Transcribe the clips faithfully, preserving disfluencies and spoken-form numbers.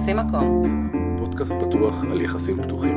תופסים מקום. פודקאסט פתוח על יחסים פתוחים.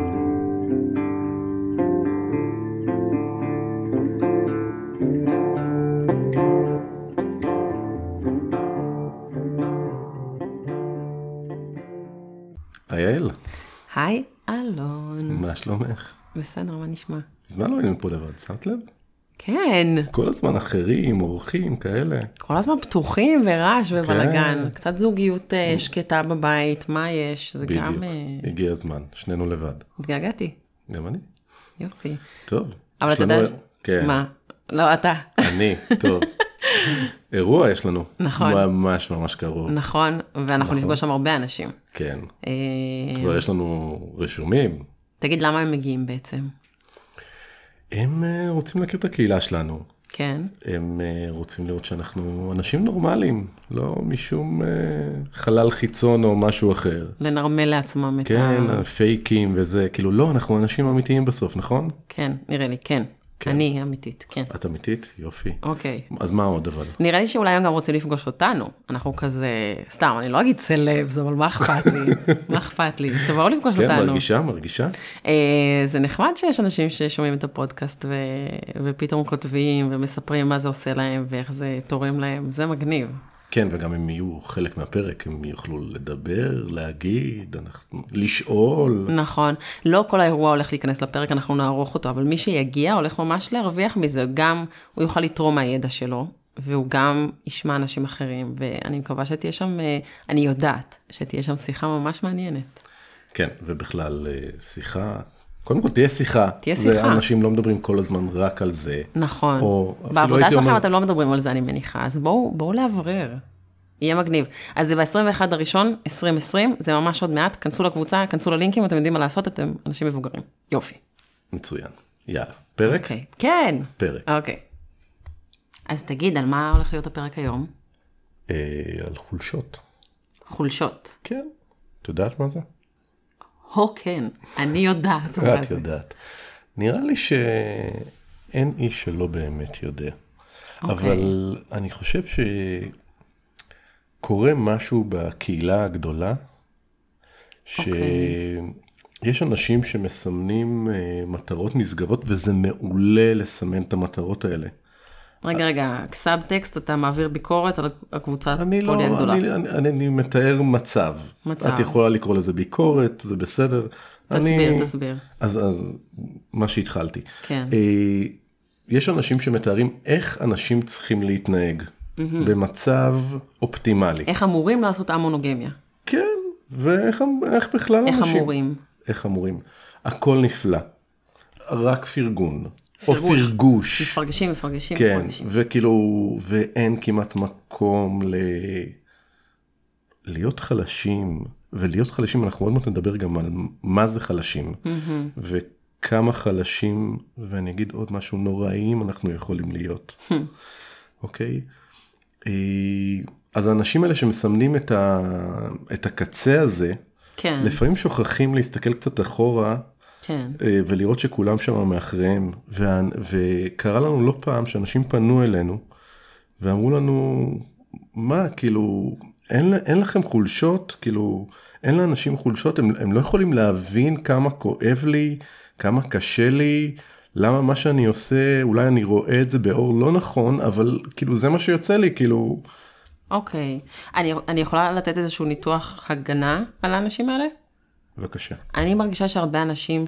היי יעל. היי אלון. מה שלומך? בסדר, מה נשמע? בזמן לא היינו פה לבד, שמת לב? כן. כל הזמן אחרים, אורחים, כאלה. כל הזמן פתוחים ורעש ובלגן. כן. קצת זוגיות שקטה בבית, מה יש? זה בדיוק. גם... הגיע הזמן, שנינו לבד. התגעגעתי. גם אני. יופי. טוב. אבל אתה יודע... כן. מה? לא, אתה. אני, טוב. אירוע יש לנו. נכון. ממש ממש קרוב. נכון, ואנחנו נכון. נפגוש שם הרבה אנשים. כן. כבר יש לנו רשומים. תגיד, למה הם מגיעים בעצם? הם רוצים להכיר את הקהילה שלנו. כן. הם רוצים לראות שאנחנו אנשים נורמליים, לא משום חלל חיצון או משהו אחר. לנרמל לעצמם את ה... כן, פייקים וזה, כאילו לא, אנחנו אנשים אמיתיים בסוף, נכון? כן, נראה לי, כן. כן. אני אמיתית, כן. את אמיתית? יופי. אוקיי. אז מה עוד אבל? נראה לי שאולי הם גם רוצים לפגוש אותנו. אנחנו כזה, סתם, אני לא אגיד סלבס, אבל מה אכפת לי? מה אכפת לי? תבואו לפגוש כן, אותנו. מרגישה, מרגישה? אה, זה נחמד שיש אנשים ששומעים את הפודקאסט ו... ופתאום כותבים ומספרים מה זה עושה להם ואיך זה תורם להם. זה מגניב. כן, וגם הם יהיו חלק מהפרק, הם יוכלו לדבר, להגיד, אנחנו, לשאול. נכון. לא כל האירוע הולך להיכנס לפרק, אנחנו נערוך אותו, אבל מי שיגיע הולך ממש להרוויח מזה. גם הוא יוכל לתרום מהידע שלו, והוא גם ישמע אנשים אחרים, ואני מקווה שתהיה שם, אני יודעת, שתהיה שם שיחה ממש מעניינת. כן, ובכלל שיחה, קודם כל תהיה שיחה. תהיה שיחה. ואנשים לא מדברים כל הזמן רק על זה. נכון. או בעבודה שלכם אומר... אתם לא מדברים על זה, אני מניחה, אז בואו, בואו לעברר. יהיה מגניב. אז זה ב-עשרים ואחד הראשון, עשרים עשרים, זה ממש עוד מעט, כנסו לקבוצה, כנסו ללינקים, אתם יודעים מה לעשות, אתם אנשים מבוגרים. יופי. מצוין. יאללה. פרק? אוקיי. כן. פרק. אוקיי. אז תגיד, על מה הולך להיות הפרק היום? אה, על חולשות. חולשות. כן. את יודעת מה זה? הו, כן. אני יודעת מה זה. את יודעת. נראה לי שאין איש שלא באמת יודע. אבל אני חושב שקורה משהו בקהילה הגדולה, שיש אנשים שמסמנים מטרות נשגבות, וזה מעולה לסמן את המטרות האלה. רגע, רגע, סאב-טקסט, אתה מעביר ביקורת על הקבוצה אני לא, פולי הגדולה. אני, אני, אני מתאר מצב. מצב. את יכולה לקרוא לזה ביקורת, זה בסדר. תסביר, אני, תסביר. אז, אז מה שהתחלתי. כן. יש אנשים שמתארים איך אנשים צריכים להתנהג במצב אופטימלי. איך אמורים לעשות המונוגמיה? כן, ואיך איך בכלל איך אנשים... אמורים? איך אמורים? הכל נפלא. רק פרגון. פרגוש. או פרגוש. מפרגשים, מפרגשים, כן, מפרגשים. וכאילו, ואין כמעט מקום ל... להיות חלשים, ולהיות חלשים, אנחנו עוד מעט נדבר גם על מה זה חלשים, וכמה חלשים, ואני אגיד עוד משהו נוראים, אנחנו יכולים להיות. אוקיי? אז האנשים האלה שמסמנים את, ה... את הקצה הזה, כן. לפעמים שוכחים להסתכל קצת אחורה, כן. ולראות שכולם שם מאחריהם, ו... וקרה לנו לא פעם שאנשים פנו אלינו, ואמרו לנו, מה, כאילו, אין, אין לכם חולשות, כאילו, אין לאנשים חולשות, הם, הם לא יכולים להבין כמה כואב לי, כמה קשה לי, למה מה שאני עושה, אולי אני רואה את זה באור לא נכון, אבל כאילו זה מה שיוצא לי, כאילו... אוקיי. אני, אני יכולה לתת איזשהו ניתוח הגנה על האנשים האלה? בבקשה. אני מרגישה שהרבה אנשים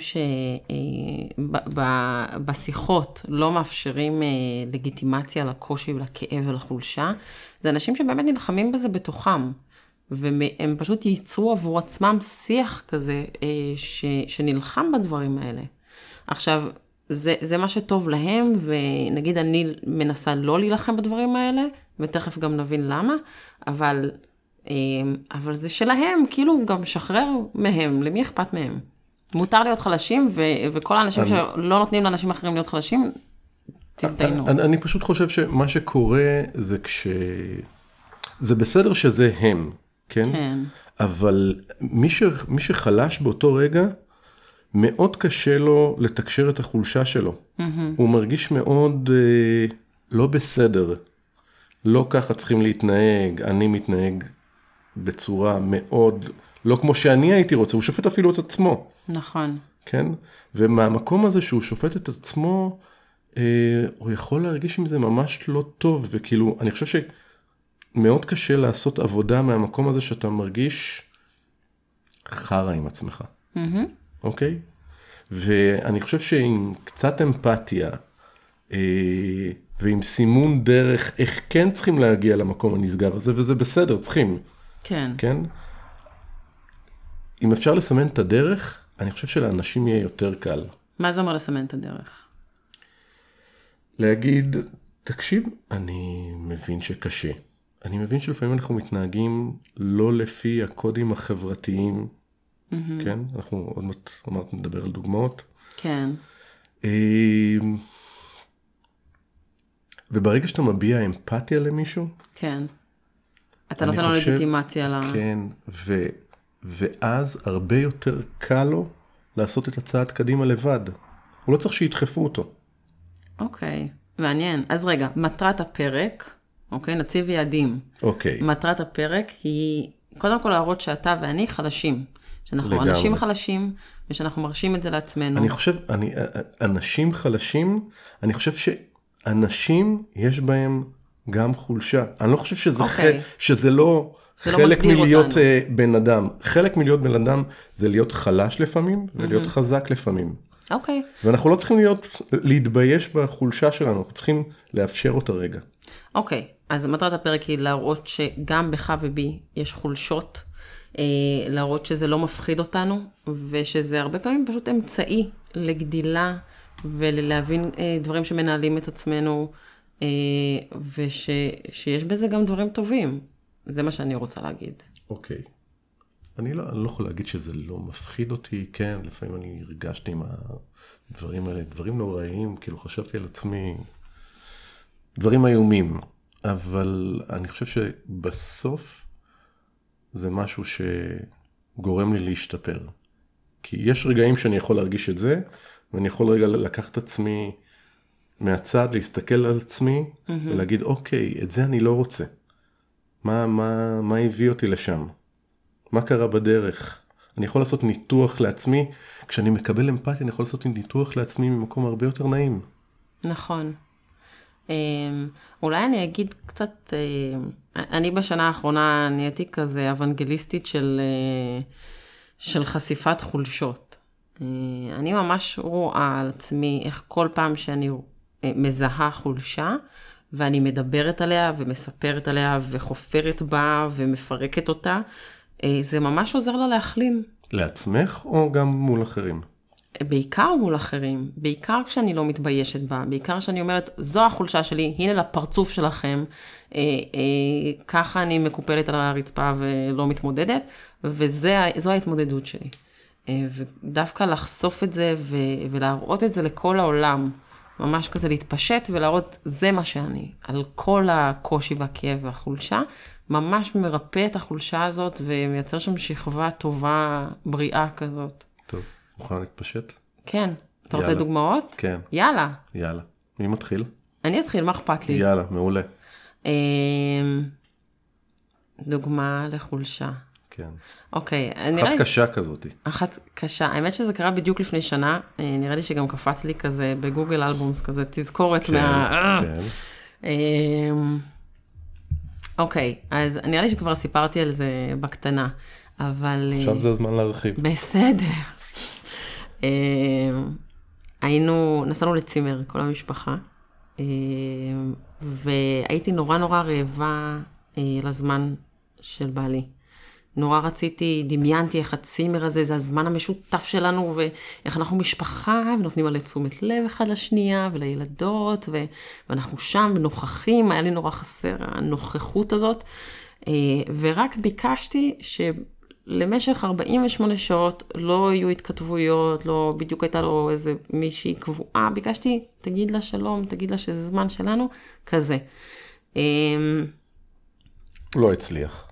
שבשיחות לא מאפשרים לגיטימציה לקושי ולכאב ולחולשה, זה אנשים שבאמת נלחמים בזה בתוכם, והם פשוט ייצרו עבור עצמם שיח כזה ש, שנלחם בדברים האלה. עכשיו, זה, זה מה שטוב להם, ונגיד אני מנסה לא להילחם בדברים האלה, ותכף גם נבין למה, אבל... אבל זה שלהם, כאילו גם שחרר מהם, למי אכפת מהם? מותר להיות חלשים, ו- וכל האנשים אני... שלא נותנים לאנשים אחרים להיות חלשים, תזדיינו. אני, אני פשוט חושב שמה שקורה זה כש... זה בסדר שזה הם, כן? כן. אבל מי, ש... מי שחלש באותו רגע, מאוד קשה לו לתקשר את החולשה שלו. Mm-hmm. הוא מרגיש מאוד אה, לא בסדר. לא ככה צריכים להתנהג, אני מתנהג בצורה מאוד לא כמו שאני הייתי רוצה, הוא שופט אפילו את עצמו. נכון. כן? ומהמקום הזה שהוא שופט את עצמו, אה, הוא יכול להרגיש עם זה ממש לא טוב, וכאילו, אני חושב שמאוד קשה לעשות עבודה מהמקום הזה שאתה מרגיש חרה עם עצמך. Mm-hmm. אוקיי? ואני חושב שעם קצת אמפתיה, אה, ועם סימון דרך איך כן צריכים להגיע למקום הנשגב הזה, וזה בסדר, צריכים. כן. כן? אם אפשר לסמן את הדרך, אני חושב שלאנשים יהיה יותר קל. מה זה אומר לסמן את הדרך? להגיד, תקשיב, אני מבין שקשה. אני מבין שלפעמים אנחנו מתנהגים לא לפי הקודים החברתיים, mm-hmm. כן? אנחנו עוד מעט, עוד מעט נדבר על דוגמאות. כן. וברגע שאתה מביע אמפתיה למישהו, כן. אתה נותן לו לגיטימציה ל... כן, ו... ואז הרבה יותר קל לו לעשות את הצעד קדימה לבד. הוא לא צריך שידחפו אותו. אוקיי, מעניין. אז רגע, מטרת הפרק, אוקיי, נציב יעדים. אוקיי. מטרת הפרק היא, קודם כל להראות שאתה ואני חלשים. שאנחנו לגמרי. אנשים חלשים, ושאנחנו מרשים את זה לעצמנו. אני חושב, אני, אנשים חלשים, אני חושב שאנשים יש בהם גם חולשה. אני לא חושב שזה, אוקיי. ח... שזה לא... חלק לא מלהיות אותנו. בן אדם. חלק מלהיות בן אדם זה להיות חלש לפעמים, ולהיות mm-hmm. חזק לפעמים. אוקיי. Okay. ואנחנו לא צריכים להיות, להתבייש בחולשה שלנו, אנחנו צריכים לאפשר אותה רגע. אוקיי, okay. אז מטרת הפרק היא להראות שגם בך ובי יש חולשות, להראות שזה לא מפחיד אותנו, ושזה הרבה פעמים פשוט אמצעי לגדילה, ולהבין דברים שמנהלים את עצמנו, ושיש בזה גם דברים טובים. זה מה שאני רוצה להגיד. אוקיי. אני לא, אני לא יכול להגיד שזה לא מפחיד אותי, כן, לפעמים אני הרגשתי עם הדברים האלה, דברים נוראיים, כאילו חשבתי על עצמי, דברים איומים, אבל אני חושב שבסוף זה משהו שגורם לי להשתפר. כי יש רגעים שאני יכול להרגיש את זה, ואני יכול רגע לקחת את עצמי מהצד, להסתכל על עצמי, mm-hmm. ולהגיד, אוקיי, את זה אני לא רוצה. מה, מה, מה הביא אותי לשם? מה קרה בדרך? אני יכול לעשות ניתוח לעצמי, כשאני מקבל אמפתיה, אני יכול לעשות ניתוח לעצמי ממקום הרבה יותר נעים. נכון. אולי אני אגיד קצת, אני בשנה האחרונה נהייתי כזה אוונגליסטית של, של חשיפת חולשות. אני ממש רואה על עצמי איך כל פעם שאני מזהה חולשה, ואני מדברת עליה ומספרת עליה וחופרת בה ומפרקת אותה, זה ממש עוזר לה להחלים. לעצמך או גם מול אחרים? בעיקר מול אחרים, בעיקר כשאני לא מתביישת בה, בעיקר כשאני אומרת, זו החולשה שלי, הנה לפרצוף שלכם, אה, אה, ככה אני מקופלת על הרצפה ולא מתמודדת, וזו ההתמודדות שלי. אה, ודווקא לחשוף את זה ו- ולהראות את זה לכל העולם, ממש כזה להתפשט ולהראות, זה מה שאני, על כל הקושי והכאב והחולשה, ממש מרפא את החולשה הזאת ומייצר שם שכבה טובה, בריאה כזאת. טוב. מוכן להתפשט? כן. אתה רוצה דוגמאות? כן. יאללה. יאללה. מי מתחיל? אני אתחיל, מה אכפת לי? יאללה, מעולה. דוגמה לחולשה. כן. אוקיי. אחת קשה כזאת. אחת קשה. האמת שזה קרה בדיוק לפני שנה. נראה לי שגם קפץ לי כזה בגוגל אלבומס כזה, תזכורת מה... כן. אוקיי. אז נראה לי שכבר סיפרתי על זה בקטנה, אבל... עכשיו זה הזמן להרחיב. בסדר. היינו, נסענו לצימר, כל המשפחה, והייתי נורא נורא רעבה לזמן של בעלי. נורא רציתי, דמיינתי איך הצימר הזה, זה הזמן המשותף שלנו, ואיך אנחנו משפחה, ונותנים עלי תשומת לב אחד לשנייה, ולילדות, ואנחנו שם נוכחים, היה לי נורא חסר הנוכחות הזאת, ורק ביקשתי ש... למשך ארבעים ושמונה שעות לא יהיו התכתבויות, לא בדיוק הייתה לו איזה מישהי קבועה, ביקשתי, תגיד לה שלום, תגיד לה שזה זמן שלנו, כזה. לא הצליח.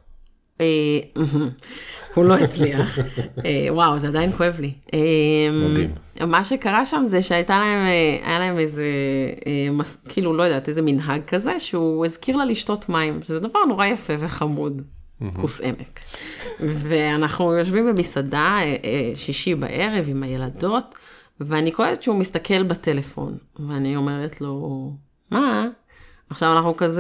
הוא לא הצליח. וואו, זה עדיין כואב לי. מדהים. מה שקרה שם זה שהייתה להם, היה להם איזה, כאילו, לא יודעת, איזה מנהג כזה, שהוא הזכיר לה לשתות מים, שזה דבר נורא יפה וחמוד. כוס עמק. ואנחנו יושבים במסעדה שישי בערב עם הילדות, ואני קולטת שהוא מסתכל בטלפון, ואני אומרת לו, מה? עכשיו אנחנו כזה,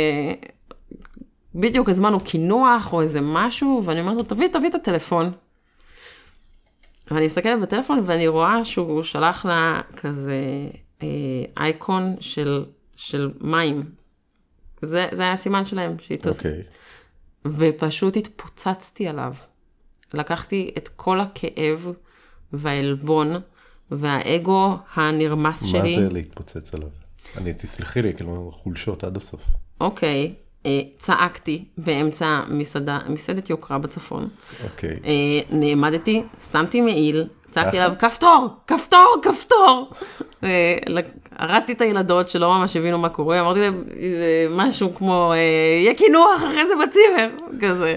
בדיוק הזמנו כינוח או איזה משהו, ואני אומרת לו, תביא, תביא את הטלפון. ואני מסתכלת בטלפון, ואני רואה שהוא שלח לה כזה אייקון של, של מים. זה, זה היה הסימן שלהם. אוקיי. ופשוט התפוצצתי עליו. לקחתי את כל הכאב והעלבון, והאגו הנרמס שלי. מה זה להתפוצץ עליו? אני תסלחי לי, כאילו חולשות עד הסוף. אוקיי, צעקתי באמצע מסעדה, מסעדת יוקרה בצפון. אוקיי. נעמדתי, שמתי מעיל, צעקתי עליו, כפתור, כפתור, כפתור. הרסתי את הילדות שלא ממש הבינו מה קורה, אמרתי להם משהו כמו, יהיה כינוח אחרי זה בצימר, כזה.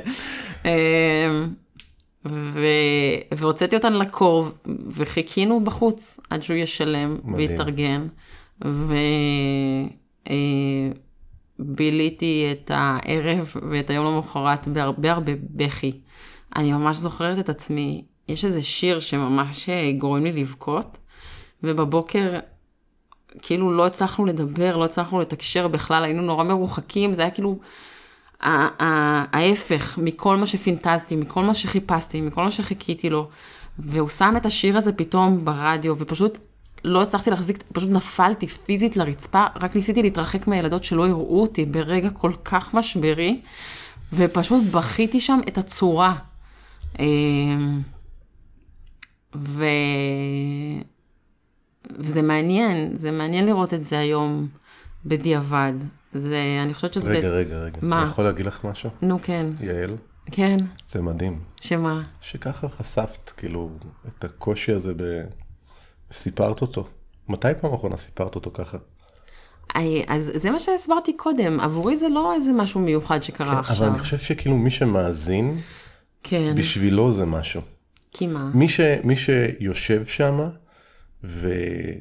והוצאתי אותן לקור, וחיכינו בחוץ עד שהוא ישלם ויתארגן, וביליתי את הערב ואת היום למחרת בהרבה הרבה בכי. אני ממש זוכרת את עצמי, יש איזה שיר שממש גורם לי לבכות, ובבוקר כאילו לא הצלחנו לדבר, לא הצלחנו לתקשר בכלל, היינו נורא מרוחקים, זה היה כאילו ההפך מכל מה שפינטזתי, מכל מה שחיפשתי, מכל מה שחיכיתי לו, והוא שם את השיר הזה פתאום ברדיו, ופשוט לא הצלחתי להחזיק, פשוט נפלתי פיזית לרצפה, רק ניסיתי להתרחק מהילדות שלא יראו אותי ברגע כל כך משברי, ופשוט בכיתי שם את הצורה. ו... וזה מעניין, זה מעניין לראות את זה היום בדיעבד. זה, אני חושבת שזה... רגע, רגע, רגע. מה? אני יכול להגיד לך משהו? נו, כן. יעל? כן. זה מדהים. שמה? שככה חשפת, כאילו, את הקושי הזה ב... סיפרת אותו. מתי פעם אחרונה סיפרת אותו ככה? אז זה מה שהסברתי קודם. עבורי זה לא איזה משהו מיוחד שקרה כן, עכשיו. אבל אני חושב שכאילו מי שמאזין, כן. בשבילו זה משהו. כי מה? מי, ש... מי שיושב שם ועומד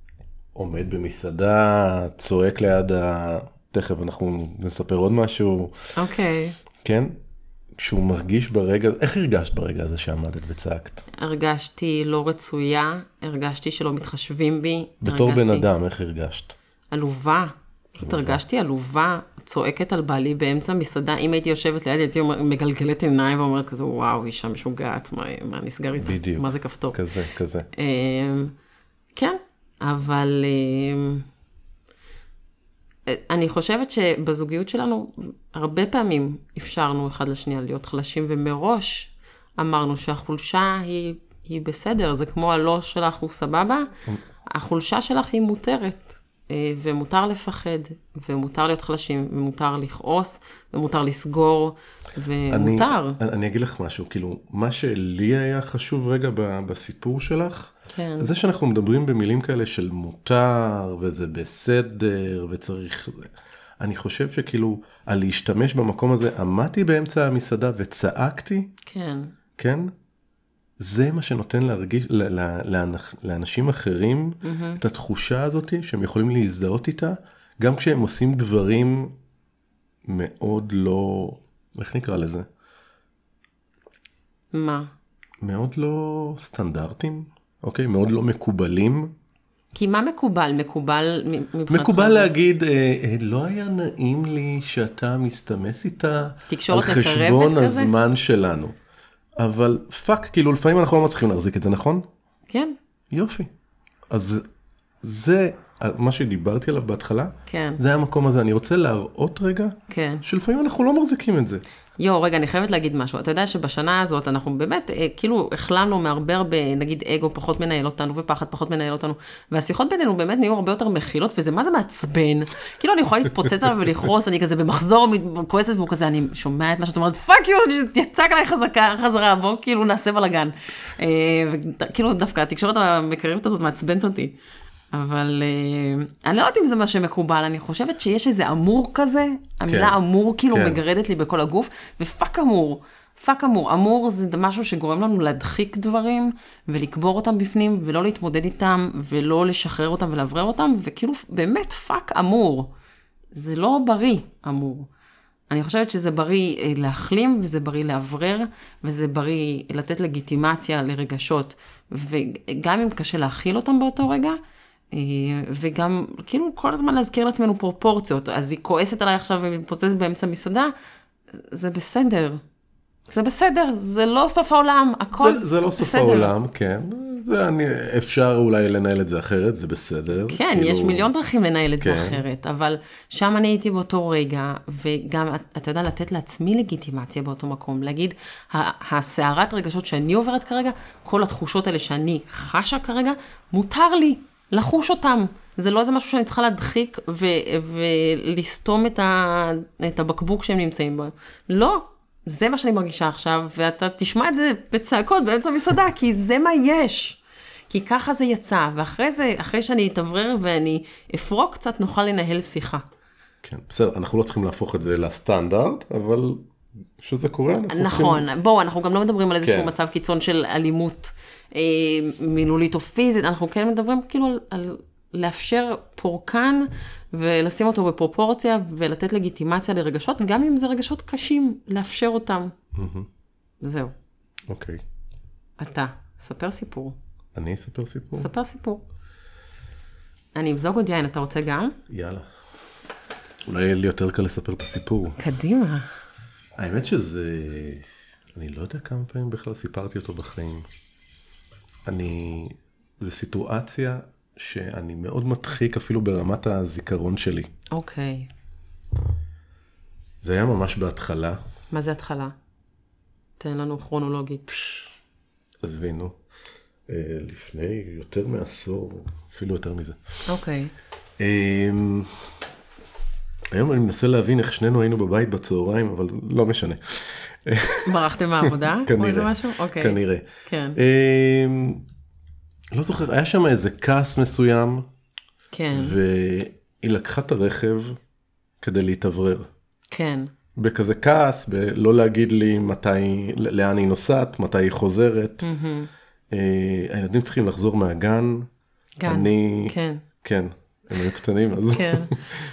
במסעדה, צועק ליד ה... תכף אנחנו נספר עוד משהו. אוקיי. כן? כשהוא מרגיש ברגע, איך הרגשת ברגע הזה שעמדת וצעקת? הרגשתי לא רצויה, הרגשתי שלא מתחשבים בי. בתור הרגשתי... בן אדם, איך הרגשת? עלובה. פשוט הרגשתי עלובה, צועקת על בעלי באמצע מסעדה. אם הייתי יושבת ליד, הייתי מגלגלת עיניים ואומרת כזה, וואו, אישה משוגעת, מה, מה נסגר איתה? בדיוק. מה זה כפתור? כזה, כזה. כן, אבל... אני חושבת שבזוגיות שלנו, הרבה פעמים אפשרנו אחד לשנייה להיות חלשים, ומראש אמרנו שהחולשה היא, היא בסדר, זה כמו הלא שלך הוא סבבה, החולשה שלך היא מותרת, ומותר לפחד, ומותר להיות חלשים, ומותר לכעוס, ומותר לסגור, ומותר. אני, אני אגיד לך משהו, כאילו, מה שלי היה חשוב רגע בסיפור שלך, כן. זה שאנחנו מדברים במילים כאלה של מותר, וזה בסדר, וצריך... אני חושב שכאילו, על להשתמש במקום הזה, עמדתי באמצע המסעדה וצעקתי, כן. כן? זה מה שנותן להרגיש, לאנשים אחרים, mm-hmm. את התחושה הזאת, שהם יכולים להזדהות איתה, גם כשהם עושים דברים מאוד לא... איך נקרא לזה? מה? מאוד לא סטנדרטים. אוקיי, מאוד לא מקובלים. כי מה מקובל? מקובל מבחינתך? מקובל להגיד, אה, לא היה נעים לי שאתה מסתמס איתה על חשבון הזמן שלנו. אבל פאק, כאילו לפעמים אנחנו לא מצליחים להחזיק את זה, נכון? כן. יופי. אז זה, מה שדיברתי עליו בהתחלה, כן. זה המקום הזה. אני רוצה להראות רגע, כן. שלפעמים אנחנו לא מחזיקים את זה. יו, רגע, אני חייבת להגיד משהו. אתה יודע שבשנה הזאת אנחנו באמת, כאילו, החלנו מהרבה הרבה, נגיד, אגו פחות מנהל אותנו, ופחד פחות מנהל אותנו, והשיחות בינינו באמת נהיו הרבה יותר מכילות, וזה מה זה מעצבן? כאילו, אני יכולה להתפוצץ עליו ולכרוס, אני כזה במחזור כועסת, והוא כזה, אני שומע את מה שאת אומרת, פאק יו, יצק עליי חזקה, חזרה, בוא, כאילו, נעשה בלגן. כאילו, דווקא, התקשורת המקרבת הזאת מעצבנת אותי. אבל אני לא יודעת אם זה מה שמקובל, אני חושבת שיש איזה אמור כזה, המילה אמור כאילו מגרדת לי בכל הגוף, ופאק אמור, פאק אמור, אמור זה משהו שגורם לנו להדחיק דברים, ולקבור אותם בפנים, ולא להתמודד איתם, ולא לשחרר אותם ולעברר אותם, וכאילו באמת פאק אמור, זה לא בריא אמור. אני חושבת שזה בריא להחלים, וזה בריא להברר, וזה בריא לתת לגיטימציה לרגשות, וגם אם קשה להכיל אותם באותו רגע, וגם כאילו כל הזמן להזכיר לעצמנו פרופורציות, אז היא כועסת עליי עכשיו ומתפוצצת באמצע מסעדה, זה בסדר. זה בסדר, זה לא סוף העולם, הכל זה, זה לא בסדר. סוף העולם, כן. זה אני, אפשר אולי לנהל את זה אחרת, זה בסדר. כן, כאילו... יש מיליון דרכים לנהל את כן. זה אחרת, אבל שם אני הייתי באותו רגע, וגם, אתה יודע, לתת לעצמי לגיטימציה באותו מקום, להגיד, הסערת רגשות שאני עוברת כרגע, כל התחושות האלה שאני חשה כרגע, מותר לי לחוש אותם. זה לא איזה משהו שאני צריכה להדחיק ו- ולסתום את, ה- את הבקבוק שהם נמצאים בו. לא. זה מה שאני מרגישה עכשיו, ואתה תשמע את זה בצעקות באמצע מסעדה, כי זה מה יש. כי ככה זה יצא, ואחרי זה, אחרי שאני אתברר ואני אפרוק קצת, נוכל לנהל שיחה. כן, בסדר, אנחנו לא צריכים להפוך את זה לסטנדרט, אבל שזה קורה, אנחנו נכון, צריכים... בואו, אנחנו גם לא מדברים על איזשהו כן. מצב קיצון של אלימות אה, מילולית או פיזית, אנחנו כן מדברים כאילו על, על לאפשר פורקן, ולשים אותו בפרופורציה, ולתת לגיטימציה לרגשות, גם אם זה רגשות קשים, לאפשר אותם. Mm-hmm. זהו. אוקיי. אתה, ספר סיפור. אני אספר סיפור? ספר סיפור. אני אמזוג עוד יין, אתה רוצה גם? יאללה. אולי יהיה לי יותר קל לספר את הסיפור. קדימה. האמת שזה... אני לא יודע כמה פעמים בכלל סיפרתי אותו בחיים. אני... זו סיטואציה שאני מאוד מדחיק אפילו ברמת הזיכרון שלי. אוקיי. זה היה ממש בהתחלה. מה זה התחלה? תן לנו כרונולוגית. עזבינו. לפני יותר מעשור, אפילו יותר מזה. אוקיי. היום אני מנסה להבין איך שנינו היינו בבית בצהריים, אבל לא משנה. ברחתם מהעבודה? כנראה. או איזה משהו? אוקיי. כנראה. כן. לא זוכר, היה שם איזה כעס מסוים, כן. והיא לקחה את הרכב כדי להתאוורר. כן. בכזה כעס, בלא להגיד לי מתי, לאן היא נוסעת, מתי היא חוזרת. Mm-hmm. הילדים צריכים לחזור מהגן. גן, אני... כן. כן, הם היו קטנים, אז... כן.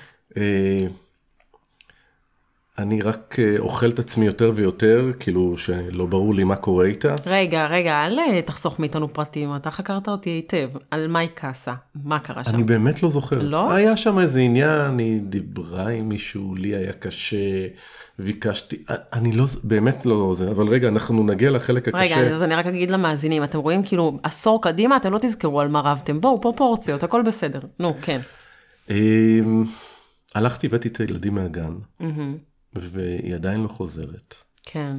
אני רק אוכל את עצמי יותר ויותר, כאילו שלא ברור לי מה קורה איתה. רגע, רגע, אל תחסוך מאיתנו פרטים, אתה חקרת אותי היטב. על מה היא כעסה? מה קרה שם? אני באמת לא זוכר. לא? היה שם איזה עניין, היא דיברה עם מישהו, לי היה קשה, ביקשתי, אני לא, באמת לא זה, אבל רגע, אנחנו נגיע לחלק הקשה. רגע, אז אני רק אגיד למאזינים, אתם רואים כאילו עשור קדימה, אתם לא תזכרו על מה רבתם, בואו, פרופורציות, הכל בסדר. נו, כן. הלכתי הבאתי את הילדים מהגן, והיא עדיין לא חוזרת. כן.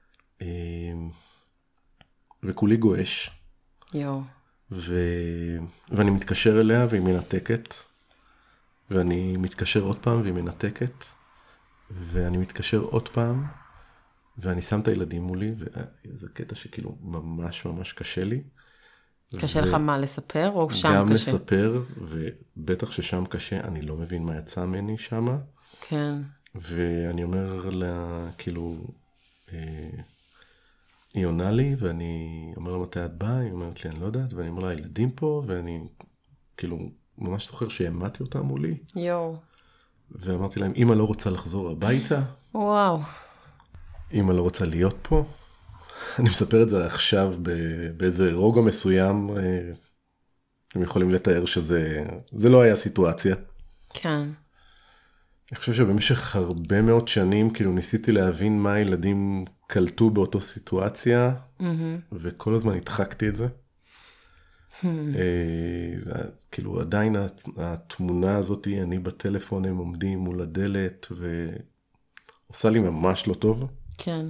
וכולי גואש. יו. ו... ואני מתקשר אליה והיא מנתקת, ואני מתקשר עוד פעם והיא מנתקת, ואני מתקשר עוד פעם, ואני שם את הילדים מולי, וזה קטע שכאילו ממש ממש קשה לי. קשה ו... לך מה, לספר או שם גם קשה? גם לספר, ובטח ששם קשה, אני לא מבין מה יצא ממני שם. כן. ואני אומר לה, כאילו, אה, היא עונה לי, ואני אומר לה מתי את באה, היא אומרת לי, אני לא יודעת, ואני אומר לה, הילדים פה, ואני כאילו ממש זוכר שהעמדתי אותם מולי. יו. ואמרתי להם, אמא לא רוצה לחזור הביתה. וואו. אמא לא רוצה להיות פה. אני מספר את זה עכשיו באיזה רוגע מסוים, הם יכולים לתאר שזה, זה לא היה סיטואציה. כן. אני חושב שבמשך הרבה מאוד שנים, כאילו ניסיתי להבין מה הילדים קלטו באותו סיטואציה, mm-hmm. וכל הזמן הדחקתי את זה. Hmm. כאילו עדיין התמונה הזאת, אני בטלפון, הם עומדים מול הדלת, ועושה לי ממש לא טוב. כן.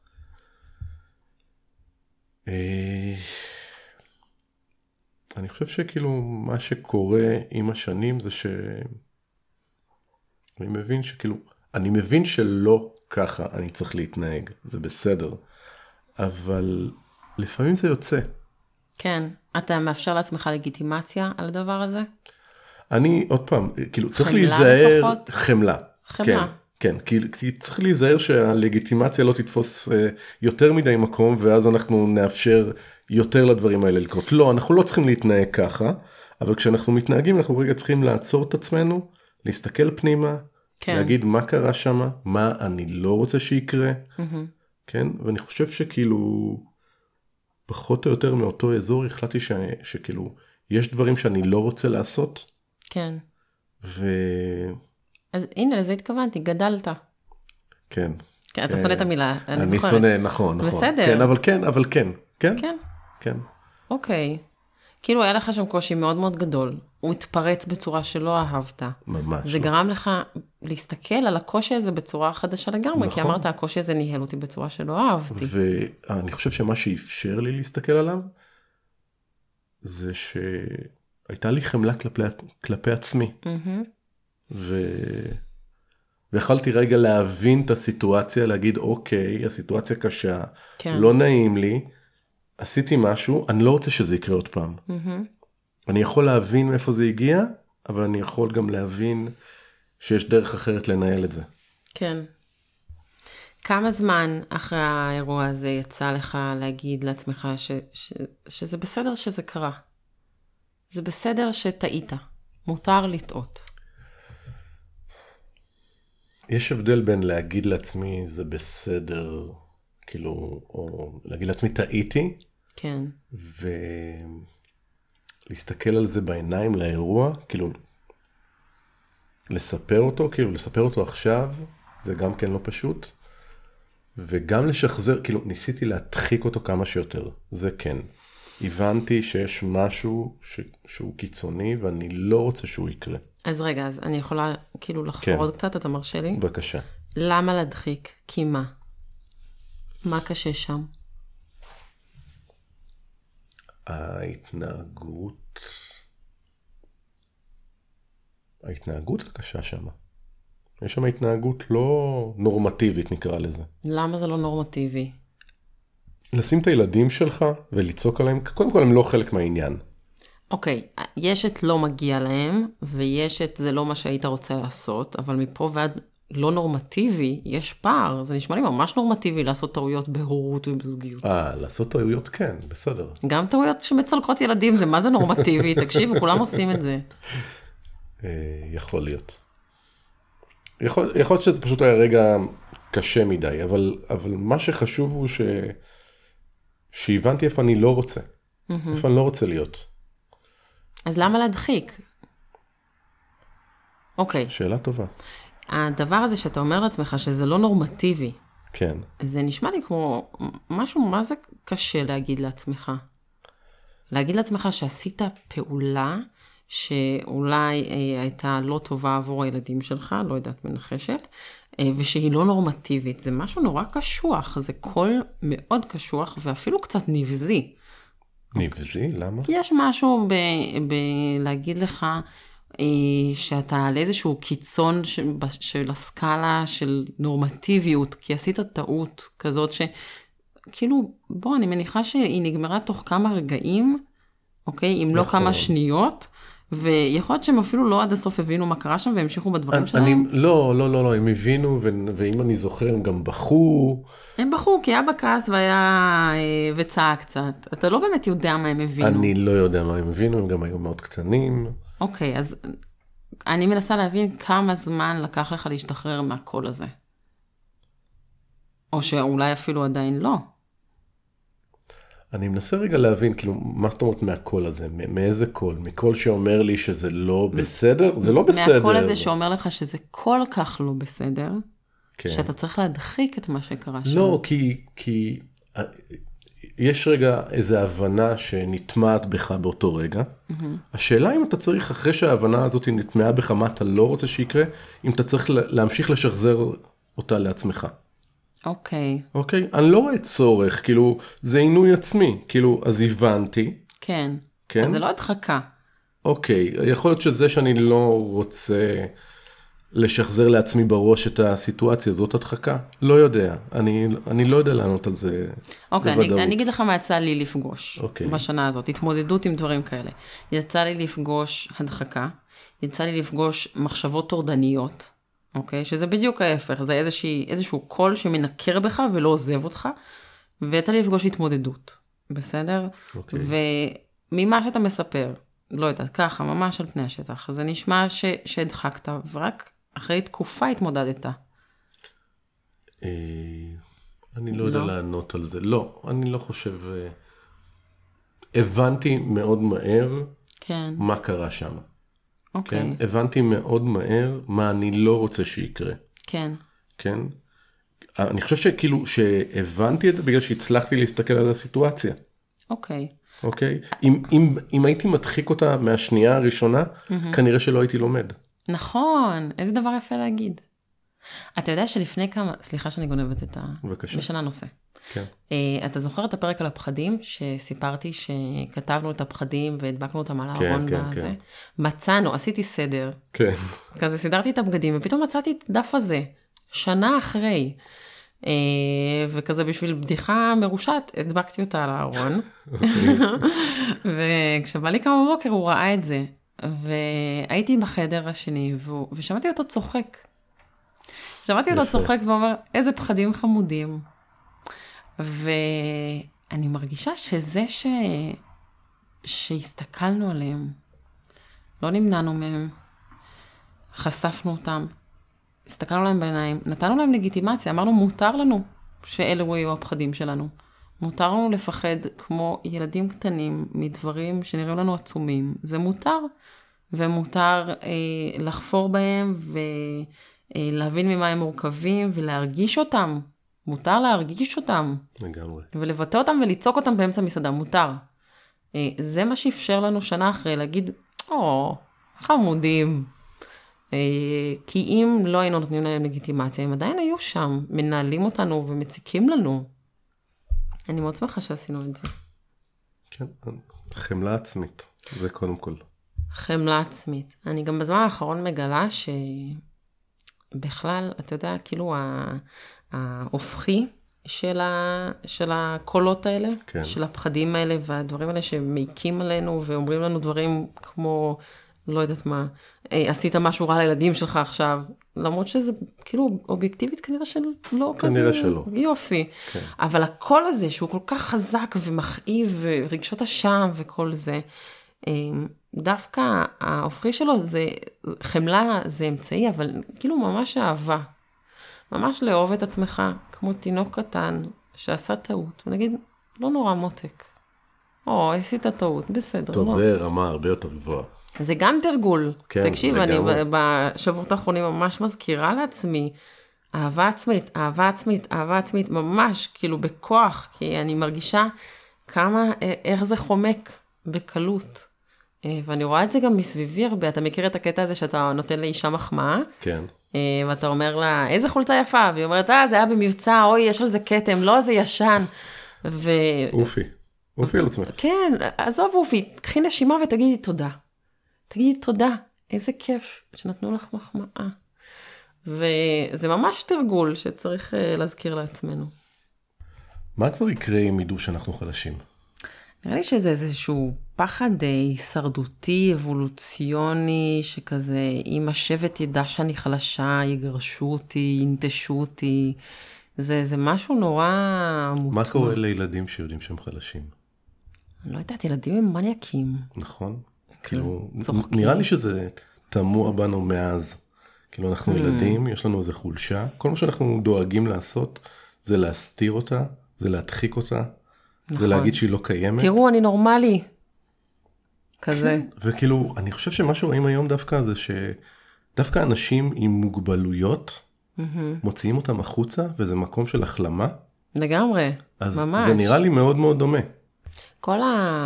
אני חושב שכאילו מה שקורה עם השנים זה ש... אני מבין שכאילו, אני מבין שלא ככה אני צריך להתנהג, זה בסדר, אבל לפעמים זה יוצא. כן, אתה מאפשר לעצמך לגיטימציה על הדבר הזה? אני, עוד פעם, כאילו, צריך חמלה להיזהר, לפחות? חמלה. חמלה. כן, כן, כי, כי צריך להיזהר שהלגיטימציה לא תתפוס אה, יותר מדי מקום, ואז אנחנו נאפשר יותר לדברים האלה לקרות. לא, אנחנו לא צריכים להתנהג ככה, אבל כשאנחנו מתנהגים, אנחנו רגע צריכים לעצור את עצמנו, להסתכל פנימה, כן. להגיד מה קרה שם, מה אני לא רוצה שיקרה, כן? ואני חושב שכאילו, פחות או יותר מאותו אזור, החלטתי ש... שכאילו, יש דברים שאני לא רוצה לעשות. כן. ו... אז הנה, לזה התכוונתי, גדלת. כן. כן, אתה שונא את המילה, אני אני זוכרת. שונא, נכון, נכון. בסדר. כן, אבל כן, אבל כן. כן? כן. כן. אוקיי. כאילו היה לך שם קושי מאוד מאוד גדול. הוא התפרץ בצורה שלא אהבת. ממש. זה גרם לך להסתכל על הקושי הזה בצורה חדשה לגמרי, כי נכון. אמרת, הקושי הזה ניהל אותי בצורה שלא אהבתי. ואני חושב שמה שאפשר לי להסתכל עליו, זה שהייתה לי חמלה כלפי, כלפי עצמי. ו... ויכולתי רגע להבין את הסיטואציה, להגיד, אוקיי, הסיטואציה קשה, כן. לא נעים לי, עשיתי משהו, אני לא רוצה שזה יקרה עוד פעם. אני יכול להבין מאיפה זה הגיע, אבל אני יכול גם להבין שיש דרך אחרת לנהל את זה. כן. כמה זמן אחרי האירוע הזה יצא לך להגיד לעצמך ש, ש, שזה בסדר שזה קרה? זה בסדר שטעית. מותר לטעות. יש הבדל בין להגיד לעצמי זה בסדר, כאילו, או להגיד לעצמי טעיתי, כן. ולהסתכל על זה בעיניים לאירוע, כאילו, לספר אותו, כאילו, לספר אותו עכשיו, זה גם כן לא פשוט, וגם לשחזר, כאילו, ניסיתי להדחיק אותו כמה שיותר, זה כן. הבנתי שיש משהו ש... שהוא קיצוני, ואני לא רוצה שהוא יקרה. אז רגע, אז אני יכולה כאילו לחפור כן. עוד קצת, אתה מרשה לי? בבקשה. למה להדחיק? כי מה? מה קשה שם? ההתנהגות, ההתנהגות הקשה שם. יש שם התנהגות לא נורמטיבית, נקרא לזה. למה זה לא נורמטיבי? לשים את הילדים שלך ולצעוק עליהם, קודם כל הם לא חלק מהעניין. אוקיי, יש את לא מגיע להם, ויש את זה לא מה שהיית רוצה לעשות, אבל מפה ועד לא נורמטיבי, יש פער. זה נשמע לי ממש נורמטיבי לעשות טעויות בהורות ובזוגיות. אה, לעשות טעויות כן, בסדר. גם טעויות שמצלקות ילדים, זה מה זה נורמטיבי? תקשיבו, כולם עושים את זה. יכול להיות. יכול, יכול להיות שזה פשוט היה רגע קשה מדי, אבל, אבל מה שחשוב הוא ש... שהבנתי איפה אני לא רוצה. איפה אני לא רוצה להיות. אז למה להדחיק? אוקיי. שאלה טובה. הדבר הזה שאתה אומר לעצמך שזה לא נורמטיבי, כן. זה נשמע לי כמו משהו, מה זה קשה להגיד לעצמך? להגיד לעצמך שעשית פעולה שאולי אה, הייתה לא טובה עבור הילדים שלך, לא יודעת מנחשת, אה, ושהיא לא נורמטיבית. זה משהו נורא קשוח, זה קול מאוד קשוח ואפילו קצת נבזי. נבזי? למה? יש משהו בלהגיד לך אה, שאתה על איזשהו קיצון של, של הסקאלה של נורמטיביות, כי עשית טעות כזאת שכאילו, בוא, אני מניחה שהיא נגמרה תוך כמה רגעים, אוקיי? אם לא נכון. כמה שניות, ויכול להיות שהם אפילו לא עד הסוף הבינו מה קרה שם, והמשיכו בדברים אני, שלהם. אני, לא, לא, לא, לא, הם הבינו, ו, ואם אני זוכר, הם גם בכו. הם בכו, כי אבא כעס והיה, וצעק קצת. אתה לא באמת יודע מה הם הבינו. אני לא יודע מה הם הבינו, הם גם היו מאוד קטנים. אוקיי, אז אני מנסה להבין כמה זמן לקח לך להשתחרר מהקול הזה. או שאולי אפילו עדיין לא. אני מנסה רגע להבין, כאילו, מה זאת אומרת מהקול הזה? מאיזה קול? מקול שאומר לי שזה לא בסדר? זה לא בסדר. מהקול הזה שאומר לך שזה כל כך לא בסדר, כן. שאתה צריך להדחיק את מה שקרה שם. לא, כי, כי יש רגע איזו הבנה שנטמעת בך באותו רגע. Mm-hmm. השאלה אם אתה צריך, אחרי שההבנה הזאת נטמעה בך, מה אתה לא רוצה שיקרה, אם אתה צריך להמשיך לשחזר אותה לעצמך. אוקיי. אוקיי? אני לא רואה צורך, כאילו, זה עינוי עצמי. כאילו, אז הבנתי. כן. כן? אז זה לא הדחקה. אוקיי, יכול להיות שזה שאני לא רוצה לשחזר לעצמי בראש את הסיטואציה, זאת הדחקה? לא יודע. אני, אני לא יודע לענות על זה אוקיי, בוודאות. אני, אני אגיד לך מה יצא לי לפגוש אוקיי. בשנה הזאת, התמודדות עם דברים כאלה. יצא לי לפגוש הדחקה, יצא לי לפגוש מחשבות טורדניות, אוקיי? שזה בדיוק ההפך, זה איזושהי, איזשהו קול שמנקר בך ולא עוזב אותך, ויצא לי לפגוש התמודדות, בסדר? אוקיי. וממה שאתה מספר, לא יודעת, ככה, ממש על פני השטח, זה נשמע ש, שהדחקת, ורק אחרי תקופה התמודדת. אה, אני לא יודע לענות על זה. לא, אני לא חושב... הבנתי מאוד מהר כן. מה קרה שם. אוקיי. כן? הבנתי מאוד מהר מה אני לא רוצה שיקרה. כן. כן? אני חושב שכאילו שהבנתי את זה בגלל שהצלחתי להסתכל על הסיטואציה. אוקיי. אוקיי? אם, אם, אם הייתי מדחיק אותה מהשנייה הראשונה, כנראה שלא הייתי לומד. נכון, איזה דבר יפה להגיד. אתה יודע שלפני כמה, סליחה שאני גונבת את ה... בבקשה. בשנה נושא. כן. אתה זוכר את הפרק על הפחדים, שסיפרתי שכתבנו את הפחדים והדבקנו אותם על כן, הארון כן, והזה? כן. מצאנו, עשיתי סדר. כן. כזה סידרתי את הבגדים, ופתאום מצאתי את דף הזה, שנה אחרי. וכזה בשביל בדיחה מרושעת, הדבקתי אותה על הארון. וכשבא לי כמה בבוקר, הוא ראה את זה. והייתי בחדר השני, ושמעתי אותו צוחק. שמעתי אותו צוחק ואומר, איזה פחדים חמודים. ואני מרגישה שזה ש... שהסתכלנו עליהם, לא נמנענו מהם, חשפנו אותם, הסתכלנו להם בעיניים, נתנו להם לגיטימציה, אמרנו מותר לנו שאלו יהיו הפחדים שלנו. מותר לנו לפחד כמו ילדים קטנים מדברים שנראים לנו עצומים. זה מותר, ומותר אה, לחפור בהם ולהבין ממה הם מורכבים ולהרגיש אותם. מותר להרגיש אותם. לגמרי. ולבטא אותם וליצוק אותם באמצע מסעדה, מותר. זה מה שאפשר לנו שנה אחרי להגיד, או, חמודים. כי אם לא היינו נותנים להם לגיטימציה, הם עדיין היו שם, מנהלים אותנו ומציקים לנו. אני מאוד שמחה שעשינו את זה. כן, חמלה עצמית, זה קודם כל. חמלה עצמית. אני גם בזמן האחרון מגלה שבכלל, אתה יודע, כאילו ההופכי של, ה... של הקולות האלה, כן. של הפחדים האלה והדברים האלה שמעיקים עלינו ואומרים לנו דברים כמו, לא יודעת מה, עשית משהו רע לילדים שלך עכשיו, למרות שזה כאילו אובייקטיבית כנראה שלא כנראה כזה, כנראה שלא. יופי. כן. אבל הקול הזה שהוא כל כך חזק ומכאיב ורגשות אשם וכל זה, דווקא ההופכי שלו זה, חמלה זה אמצעי, אבל כאילו ממש אהבה. ממש לאהוב את עצמך, כמו תינוק קטן שעשה טעות, ונגיד, לא נורא מותק. או, עשית טעות, בסדר. טוב, לא. זה רמה הרבה יותר גבוהה. זה גם תרגול. כן, תקשיב, לגמרי. אני בשבועות האחרונים ממש מזכירה לעצמי, אהבה עצמית, אהבה עצמית, אהבה עצמית, ממש, כאילו בכוח, כי אני מרגישה כמה, איך זה חומק בקלות. ואני רואה את זה גם מסביבי הרבה, אתה מכיר את הקטע הזה שאתה נותן לאישה מחמאה? כן. ואתה אומר לה, איזה חולצה יפה, והיא אומרת, אה, זה היה במבצע, אוי, יש על זה קטם, לא, זה ישן. ו... אופי, אופי על עצמך. כן, עזוב אופי, קחי נשימה ותגידי תודה. תגידי תודה, איזה כיף שנתנו לך מחמאה. וזה ממש תרגול שצריך להזכיר לעצמנו. מה כבר יקרה אם ידעו שאנחנו חלשים? נראה לי שזה איזשהו פחד הישרדותי, אבולוציוני, שכזה, אם השבט ידע שאני חלשה, יגרשו אותי, ינטשו אותי, זה, זה משהו נורא מוטמע. מה קורה לילדים שיודעים שהם חלשים? אני לא יודעת, ילדים הם מניאקים. נכון. כאילו, צוחקים. נראה לי שזה תמוה בנו מאז. כאילו, אנחנו ילדים, יש לנו איזו חולשה. כל מה שאנחנו דואגים לעשות, זה להסתיר אותה, זה להדחיק אותה, זה להגיד שהיא לא קיימת. תראו, אני נורמלי. כזה. וכאילו, אני חושב שמה שרואים היום דווקא זה שדווקא אנשים עם מוגבלויות, מוציאים אותם החוצה, וזה מקום של החלמה. לגמרי, אז ממש. זה נראה לי מאוד מאוד דומה. כל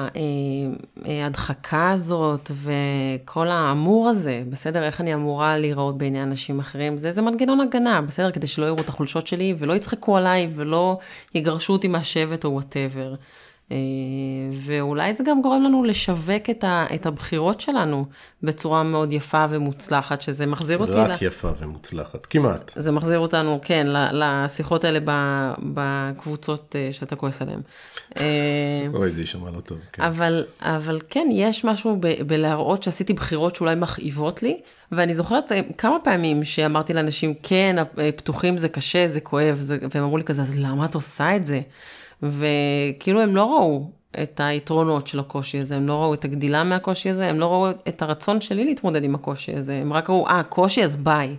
ההדחקה הזאת וכל האמור הזה, בסדר, איך אני אמורה להיראות בעיני אנשים אחרים, זה איזה מנגנון הגנה, בסדר, כדי שלא יראו את החולשות שלי, ולא יצחקו עליי, ולא יגרשו אותי מהשבט או whatever. ואולי זה גם גורם לנו לשווק את, ה, את הבחירות שלנו בצורה מאוד יפה ומוצלחת, שזה מחזיר אותי... רק לה... יפה ומוצלחת, כמעט. זה מחזיר אותנו, כן, לשיחות האלה בקבוצות שאתה כועס עליהן. אוי, זה יישמע לא טוב. כן. אבל, אבל כן, יש משהו ב, בלהראות שעשיתי בחירות שאולי מכאיבות לי, ואני זוכרת כמה פעמים שאמרתי לאנשים, כן, פתוחים זה קשה, זה כואב, זה... והם אמרו לי כזה, אז למה את עושה את זה? וכאילו הם לא ראו את היתרונות של הקושי הזה, הם לא ראו את הגדילה מהקושי הזה, הם לא ראו את הרצון שלי להתמודד עם הקושי הזה, הם רק ראו, אה, קושי, אז ביי.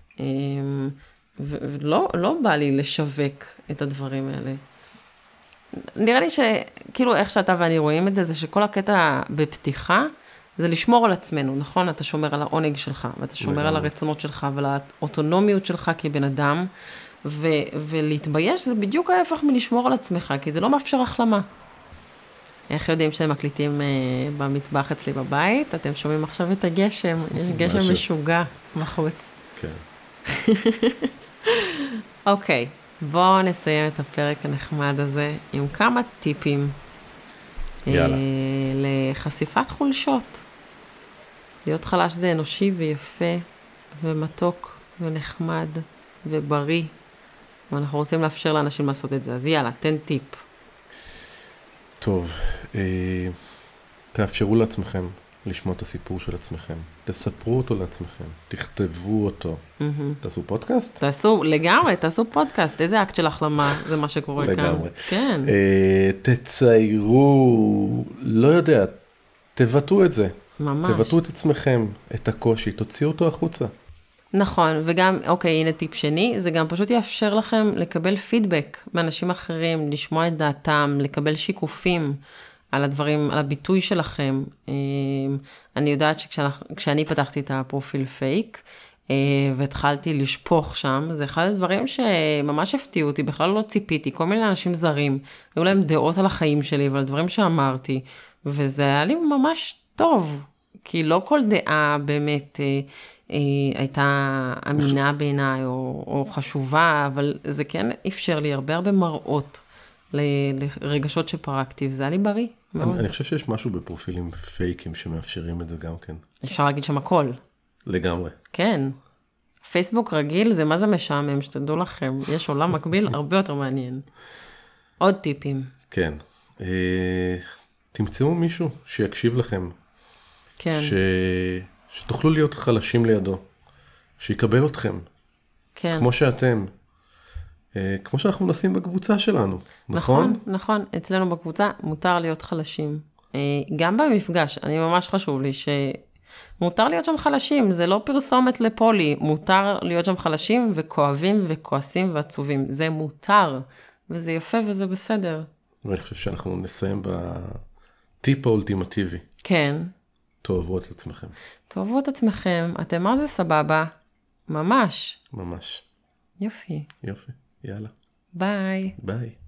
ולא לא בא לי לשווק את הדברים האלה. נראה לי שכאילו איך שאתה ואני רואים את זה, זה שכל הקטע בפתיחה, זה לשמור על עצמנו, נכון? אתה שומר על העונג שלך, ואתה שומר על הרצונות שלך, ועל האוטונומיות שלך כבן אדם, ו- ולהתבייש זה בדיוק ההפך מלשמור על עצמך, כי זה לא מאפשר החלמה. איך יודעים שהם מקליטים uh, במטבח אצלי בבית? אתם שומעים עכשיו את הגשם, יש גשם משהו. משוגע בחוץ. כן. אוקיי, בואו נסיים את הפרק הנחמד הזה עם כמה טיפים. יאללה. לחשיפת חולשות. להיות חלש זה אנושי ויפה ומתוק ונחמד ובריא. ואנחנו רוצים לאפשר לאנשים לעשות את זה. אז יאללה, תן טיפ. טוב, אה, תאפשרו לעצמכם לשמוע את הסיפור של עצמכם. תספרו אותו לעצמכם. תכתבו אותו. Mm-hmm. תעשו פודקאסט? תעשו, לגמרי, תעשו פודקאסט. איזה אקט של החלמה זה מה שקורה כאן. לגמרי. כן. אה, תציירו, לא יודע, תבטאו את זה. ממש. תבטאו את עצמכם, את הקושי, תוציאו אותו החוצה. נכון, וגם, אוקיי, הנה טיפ שני, זה גם פשוט יאפשר לכם לקבל פידבק מאנשים אחרים, לשמוע את דעתם, לקבל שיקופים על הדברים, על הביטוי שלכם. אני יודעת שכשאני פתחתי את הפרופיל פייק, והתחלתי לשפוך שם, זה אחד הדברים שממש הפתיעו אותי, בכלל לא ציפיתי, כל מיני אנשים זרים, היו להם דעות על החיים שלי ועל דברים שאמרתי, וזה היה לי ממש טוב, כי לא כל דעה באמת אה, אה, הייתה אמינה בעיניי או, או חשובה, אבל זה כן אפשר לי הרבה הרבה מראות ל, לרגשות שפרקתי, וזה היה לי בריא מאוד. אני, אני חושב שיש משהו בפרופילים פייקים שמאפשרים את זה גם כן. אפשר להגיד שם הכל. לגמרי. כן. פייסבוק רגיל זה מה זה משעמם, שתדעו לכם, יש עולם מקביל הרבה יותר מעניין. עוד טיפים. כן. אה, תמצאו מישהו שיקשיב לכם. כן. ש... שתוכלו להיות חלשים לידו. שיקבל אתכם. כן. כמו שאתם. אה, כמו שאנחנו מנסים בקבוצה שלנו. נכון? נכון, נכון. אצלנו בקבוצה מותר להיות חלשים. אה, גם במפגש, אני ממש חשוב לי ש... מותר להיות שם חלשים, זה לא פרסומת לפולי, מותר להיות שם חלשים וכואבים וכועסים ועצובים, זה מותר, וזה יפה וזה בסדר. ואני חושב שאנחנו נסיים בטיפ האולטימטיבי. כן. תאהבו את עצמכם. תאהבו את עצמכם, אתם מה זה סבבה? ממש. ממש. יופי. יופי, יאללה. ביי. ביי.